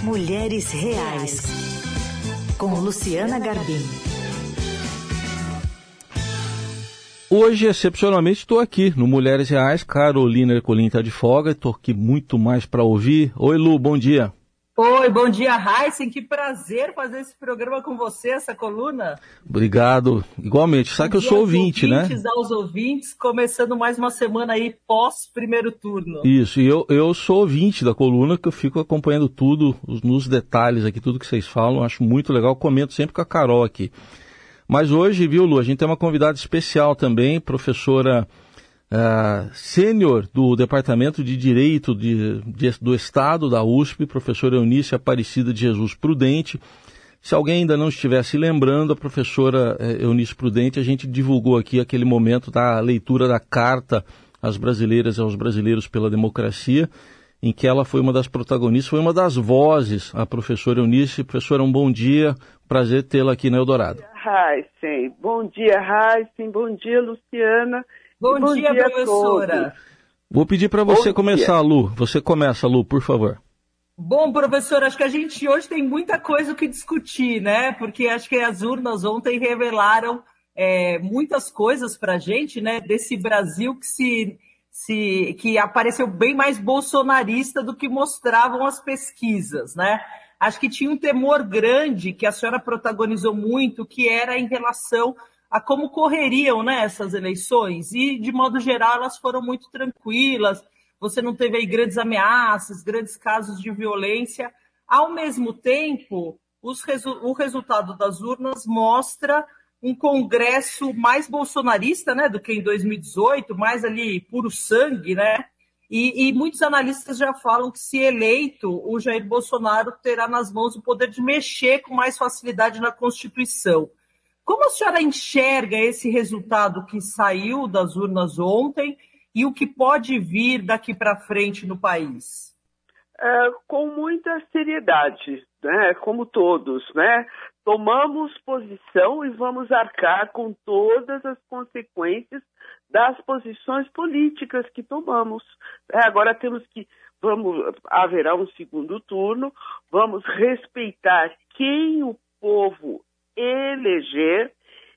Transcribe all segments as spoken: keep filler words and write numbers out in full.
Mulheres Reais, com Luciana Garbim. Hoje, excepcionalmente, estou aqui no Mulheres Reais. Carolina Ercolim está de folga, estou aqui muito mais para ouvir. Oi, Lu, bom dia. Oi, bom dia, Raíssen. Que prazer fazer esse programa com você, essa coluna. Obrigado. Igualmente. Sabe que eu sou ouvinte, né? Ouvintes aos ouvintes, começando mais uma semana aí pós-primeiro turno. Isso, e eu, eu sou ouvinte da coluna, que eu fico acompanhando tudo, nos detalhes aqui, tudo que vocês falam. Acho muito legal, comento sempre com a Carol aqui. Mas hoje, viu, Lu, a gente tem uma convidada especial também, professora Uh, sênior do Departamento de Direito de, de, do Estado da U S P, professora Eunice Aparecida de Jesus Prudente. Se alguém ainda não estivesse lembrando, a professora eh, Eunice Prudente, a gente divulgou aqui aquele momento da leitura da Carta às Brasileiras e aos Brasileiros pela Democracia, em que ela foi uma das protagonistas, foi uma das vozes, a professora Eunice. Professora, um bom dia, prazer tê-la aqui na Eldorado. Raíssen, bom dia, Raíssen, bom dia, Luciana. Bom, bom dia, dia, professora. Vou pedir para você bom começar, dia. Lu. Você começa, Lu, por favor. Bom, professor, acho que a gente hoje tem muita coisa o que discutir, né? Porque acho que as urnas ontem revelaram é, muitas coisas para a gente, né? Desse Brasil que, se, se, que apareceu bem mais bolsonarista do que mostravam as pesquisas, né? Acho que tinha um temor grande que a senhora protagonizou muito, que era em relação a como correriam, né, essas eleições, e, de modo geral, elas foram muito tranquilas, você não teve aí grandes ameaças, grandes casos de violência. Ao mesmo tempo, os resu- o resultado das urnas mostra um Congresso mais bolsonarista, né, do que em dois mil e dezoito, mais ali puro sangue, né, e, e muitos analistas já falam que, se eleito, o Jair Bolsonaro terá nas mãos o poder de mexer com mais facilidade na Constituição. Como a senhora enxerga esse resultado que saiu das urnas ontem e o que pode vir daqui para frente no país? É, com muita seriedade, né? Como todos, né? Tomamos posição e vamos arcar com todas as consequências das posições políticas que tomamos. É, agora temos que, vamos, haverá um segundo turno, vamos respeitar quem o povo eleger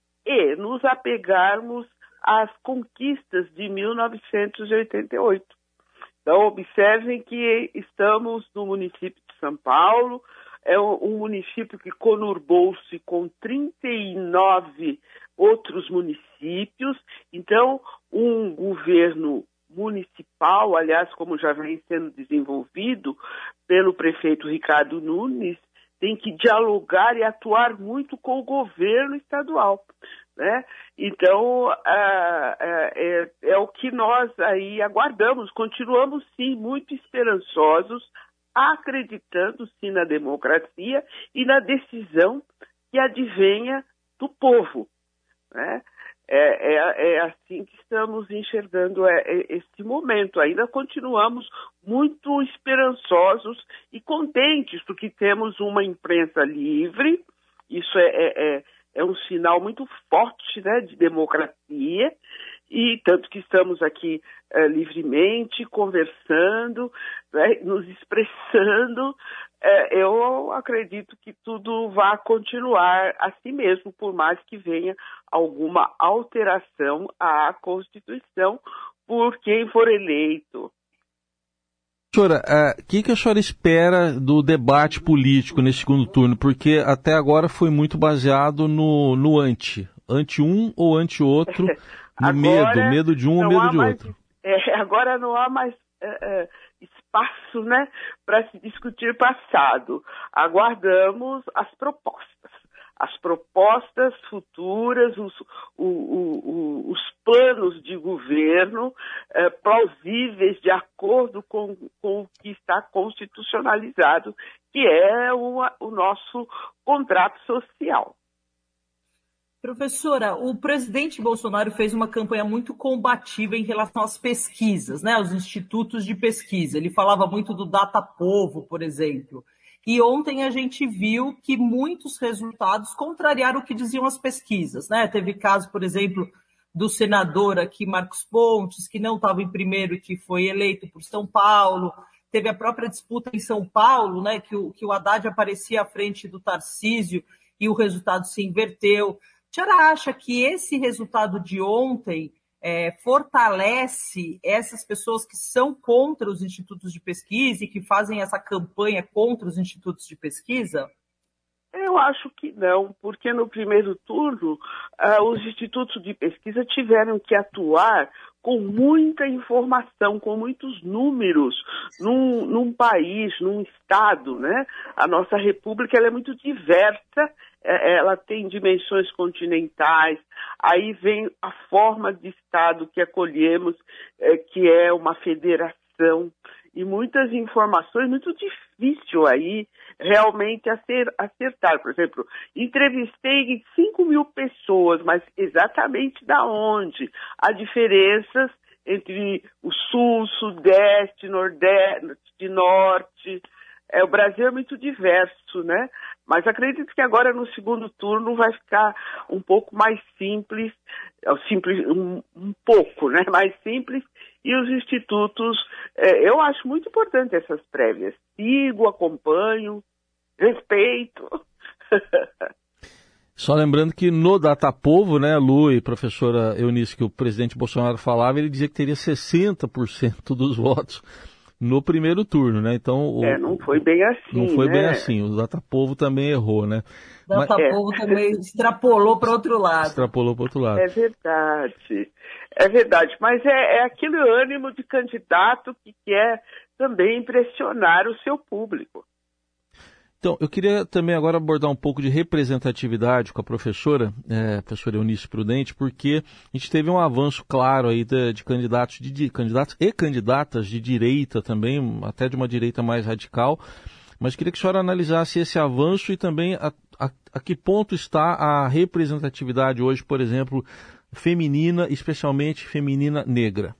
e nos apegarmos às conquistas de mil novecentos e oitenta e oito. Então, observem que estamos no município de São Paulo, é um município que conurbou-se com trinta e nove outros municípios, então um governo municipal, aliás, como já vem sendo desenvolvido pelo prefeito Ricardo Nunes, tem que dialogar e atuar muito com o governo estadual, né? Então, é, é, é o que nós aí aguardamos. Continuamos, sim, muito esperançosos, acreditando, sim, na democracia e na decisão que advenha do povo, né? É, é, é assim que estamos enxergando é, é, este momento. Ainda continuamos muito esperançosos e contentes, porque temos uma imprensa livre. Isso é, é, é, é um sinal muito forte, né, de democracia, e tanto que estamos aqui é, livremente conversando, né, nos expressando. É, eu acredito que tudo vai continuar assim mesmo, por mais que venha alguma alteração à Constituição por quem for eleito. Professora, o uh, que, que a senhora espera do debate político nesse segundo turno? Porque até agora foi muito baseado no, no anti. Anti-um ou anti-outro, no agora, medo. Medo de um ou medo de mais, outro. É, agora não há mais é, é, espaço, né, para se discutir passado. Aguardamos as propostas. As propostas futuras, os, o, o, o, os planos de governo eh, plausíveis de acordo com, com o que está constitucionalizado, que é o, o nosso contrato social. Professora, o presidente Bolsonaro fez uma campanha muito combativa em relação às pesquisas, né, aos institutos de pesquisa. Ele falava muito do Datapovo, por exemplo. E ontem a gente viu que muitos resultados contrariaram o que diziam as pesquisas, né? Teve caso, por exemplo, do senador aqui, Marcos Pontes, que não estava em primeiro e que foi eleito por São Paulo. teve a própria disputa em São Paulo, né, que, o, que o Haddad aparecia à frente do Tarcísio e o resultado se inverteu. A senhora acha que esse resultado de ontem é, fortalece essas pessoas que são contra os institutos de pesquisa e que fazem essa campanha contra os institutos de pesquisa? Eu acho que não, porque no primeiro turno uh, os institutos de pesquisa tiveram que atuar com muita informação, com muitos números, num, num país, num estado, né? A nossa república ela é muito diversa, ela tem dimensões continentais, aí vem a forma de estado que acolhemos, que é uma federação, e muitas informações, muito difícil aí realmente acertar. Por exemplo, entrevistei cinco mil pessoas, mas exatamente da onde? Há diferenças entre o sul, sudeste, nordeste, norte. É, o Brasil é muito diverso, né? Mas acredito que agora no segundo turno vai ficar um pouco mais simples, simples um, um pouco, né? Mais simples. E os institutos, é, eu acho muito importante essas prévias. Sigo, acompanho, respeito. Só lembrando que no Datapovo, né, Lu e professora Eunice, que o presidente Bolsonaro falava, ele dizia que teria sessenta por cento dos votos no primeiro turno, né? Então, o, é, não foi bem assim, Não foi né? bem assim. O Datapovo também errou, né? O Datapovo Mas, também é, extrapolou para outro lado. Extrapolou para outro lado. É verdade. É verdade. Mas é, é aquele ânimo de candidato que quer também impressionar o seu público. Então, eu queria também agora abordar um pouco de representatividade com a professora, é, professora Eunice Prudente, porque a gente teve um avanço claro aí de, de candidatos, de, de candidatos e candidatas de direita também, até de uma direita mais radical, mas queria que a senhora analisasse esse avanço e também a, a, a que ponto está a representatividade hoje, por exemplo, feminina, especialmente feminina negra.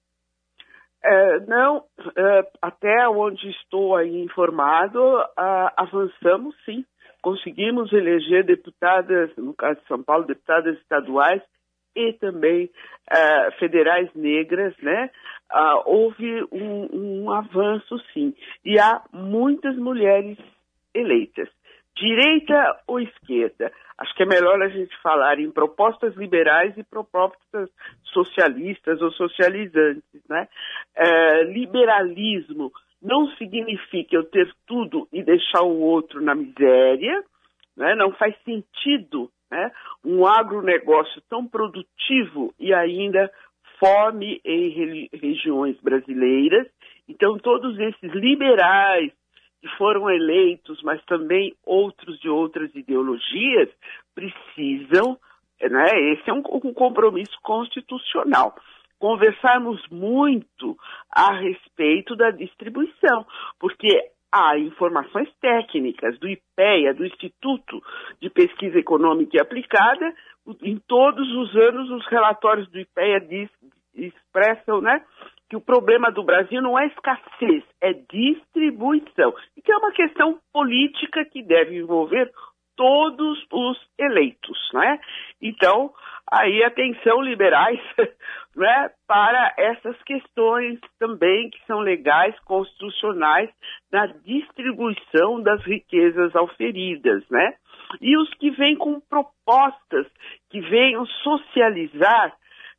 É, não, é, até onde estou aí informado, a, avançamos sim. Conseguimos eleger deputadas, no caso de São Paulo, deputadas estaduais e também é, federais negras, né? Ah, houve um, um avanço sim. E há muitas mulheres eleitas. Direita ou esquerda? Acho que é melhor a gente falar em propostas liberais e propostas socialistas ou socializantes, né? É, liberalismo não significa eu ter tudo e deixar o outro na miséria, né? Não faz sentido, né, um agronegócio tão produtivo e ainda fome em regiões brasileiras. Então, todos esses liberais que foram eleitos, mas também outros de outras ideologias, precisam, né, esse é um, um compromisso constitucional, conversarmos muito a respeito da distribuição, porque há informações técnicas do IPEA, do Instituto de Pesquisa Econômica e Aplicada, em todos os anos os relatórios do IPEA diz, expressam, né, que o problema do Brasil não é escassez, é distribuição. E que é uma questão política que deve envolver todos os eleitos, né? Então, aí atenção liberais, né, para essas questões também que são legais, constitucionais, na distribuição das riquezas auferidas, né? E os que vêm com propostas que venham socializar,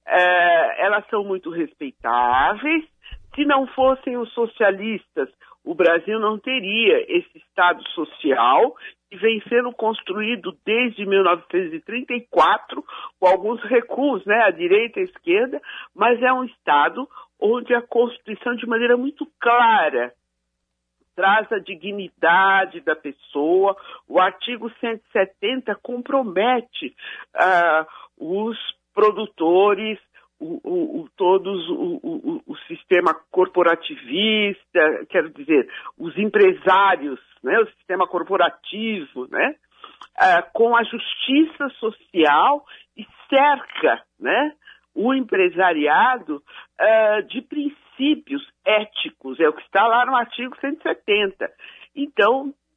É, elas são muito respeitáveis. Se não fossem os socialistas, o Brasil não teria esse Estado social que vem sendo construído desde mil novecentos e trinta e quatro, com alguns recuos, né, à direita e à esquerda, mas é um Estado onde a Constituição, de maneira muito clara, traz a dignidade da pessoa. O artigo cento e setenta compromete uh, os produtores, o, o, o, todos o, o, o sistema corporativista, quero dizer, os empresários, né, o sistema corporativo, né, uh, com a justiça social e cerca, né, o empresariado uh, de princípios éticos, é o que está lá no artigo cento e setenta. Então,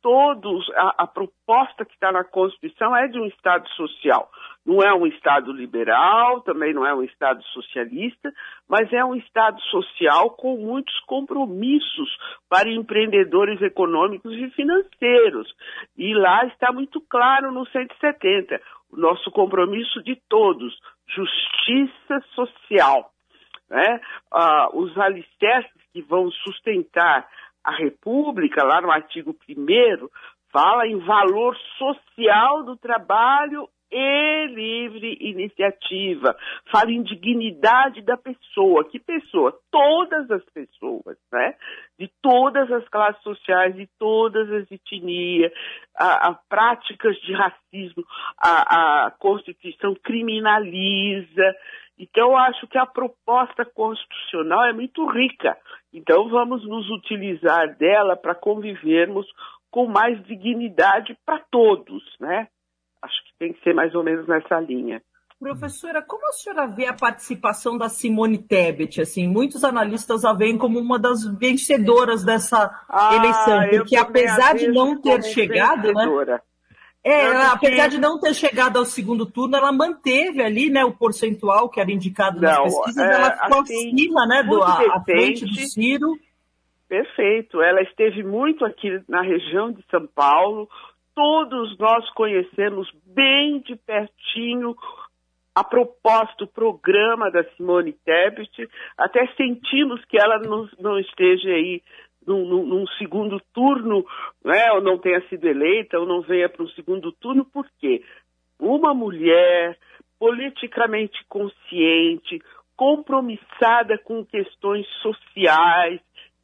todos, a, a proposta que está na Constituição é de um Estado social. Não é um Estado liberal, também não é um Estado socialista, mas é um Estado social com muitos compromissos para empreendedores econômicos e financeiros. E lá está muito claro no cento e setenta, o nosso compromisso de todos, justiça social. Né? Ah, os alicerces que vão sustentar a República, lá no artigo primeiro, fala em valor social do trabalho e livre iniciativa. Fala em dignidade da pessoa. Que pessoa? Todas as pessoas, né? De todas as classes sociais, de todas as etnias, a, a práticas de racismo, a, a Constituição criminaliza. Então, eu acho que a proposta constitucional é muito rica. Então, vamos nos utilizar dela para convivermos com mais dignidade para todos, né? Acho que tem que ser mais ou menos nessa linha. Professora, como a senhora vê a participação da Simone Tebet? Assim, muitos analistas a veem como uma das vencedoras dessa ah, eleição, porque apesar de não ter chegado, né? É, ela, apesar de não ter chegado ao segundo turno, ela manteve ali, né, o percentual que era indicado nas não, pesquisas, é, ela ficou assim, acima, né, do, a, à frente do Ciro. Perfeito, ela esteve muito aqui na região de São Paulo, todos nós conhecemos bem de pertinho a proposta, o programa da Simone Tebet, até sentimos que ela não, não esteja aí Num, num, num segundo turno, né, ou não tenha sido eleita, ou não venha para um segundo turno, por quê? Uma mulher politicamente consciente, compromissada com questões sociais,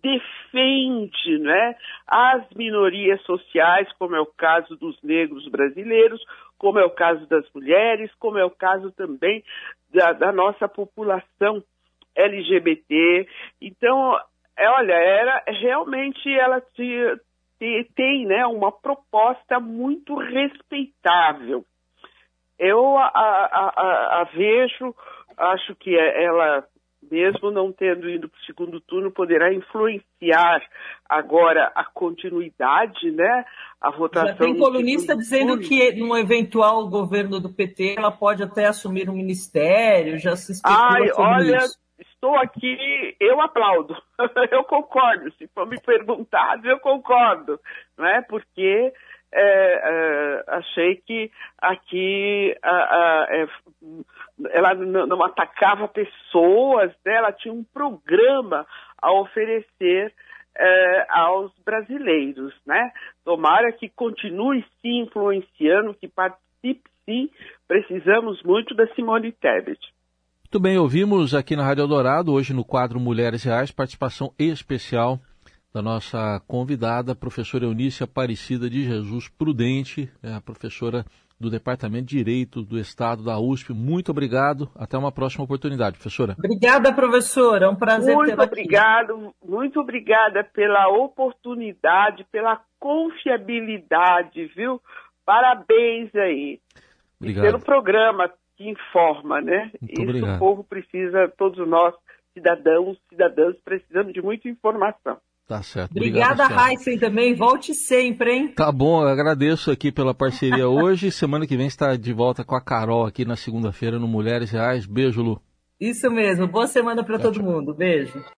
defende, né, as minorias sociais, como é o caso dos negros brasileiros, como é o caso das mulheres, como é o caso também da, da nossa população L G B T. Então, É, olha, era, realmente ela te, te, tem, né, uma proposta muito respeitável. Eu a, a, a, a vejo, acho que ela, mesmo não tendo ido para o segundo turno, poderá influenciar agora a continuidade, né, a votação. Já tem colunista dizendo turno. que num eventual governo do P T ela pode até assumir um ministério, já se especula Ai, sobre olha, isso. Estou aqui, eu aplaudo, eu concordo, se for me perguntado, eu concordo, não é? Porque é, é, achei que aqui a, a, é, ela não, não atacava pessoas, né? Ela tinha um programa a oferecer é, aos brasileiros, né? Tomara que continue se influenciando, que participe sim, precisamos muito da Simone Tebet. Muito bem, ouvimos aqui na Rádio Eldorado, hoje no quadro Mulheres Reais, participação especial da nossa convidada, professora Eunice Aparecida de Jesus Prudente, é a professora do Departamento de Direito do Estado da U S P. Muito obrigado, até uma próxima oportunidade, professora. Obrigada, professora, é um prazer muito tê-la aqui. Obrigado, muito obrigada pela oportunidade, pela confiabilidade, viu? Parabéns aí. Obrigado. E pelo programa que informa, né? Muito Isso obrigado. O povo precisa, todos nós, cidadãos, cidadãs, precisamos de muita informação. Tá certo. Obrigada, Heisen, também. Volte sempre, hein? Tá bom, eu agradeço aqui pela parceria hoje. Semana que vem está de volta com a Carol aqui na segunda-feira no Mulheres Reais. Beijo, Lu. Isso mesmo. Boa semana para todo tchau. mundo. Beijo.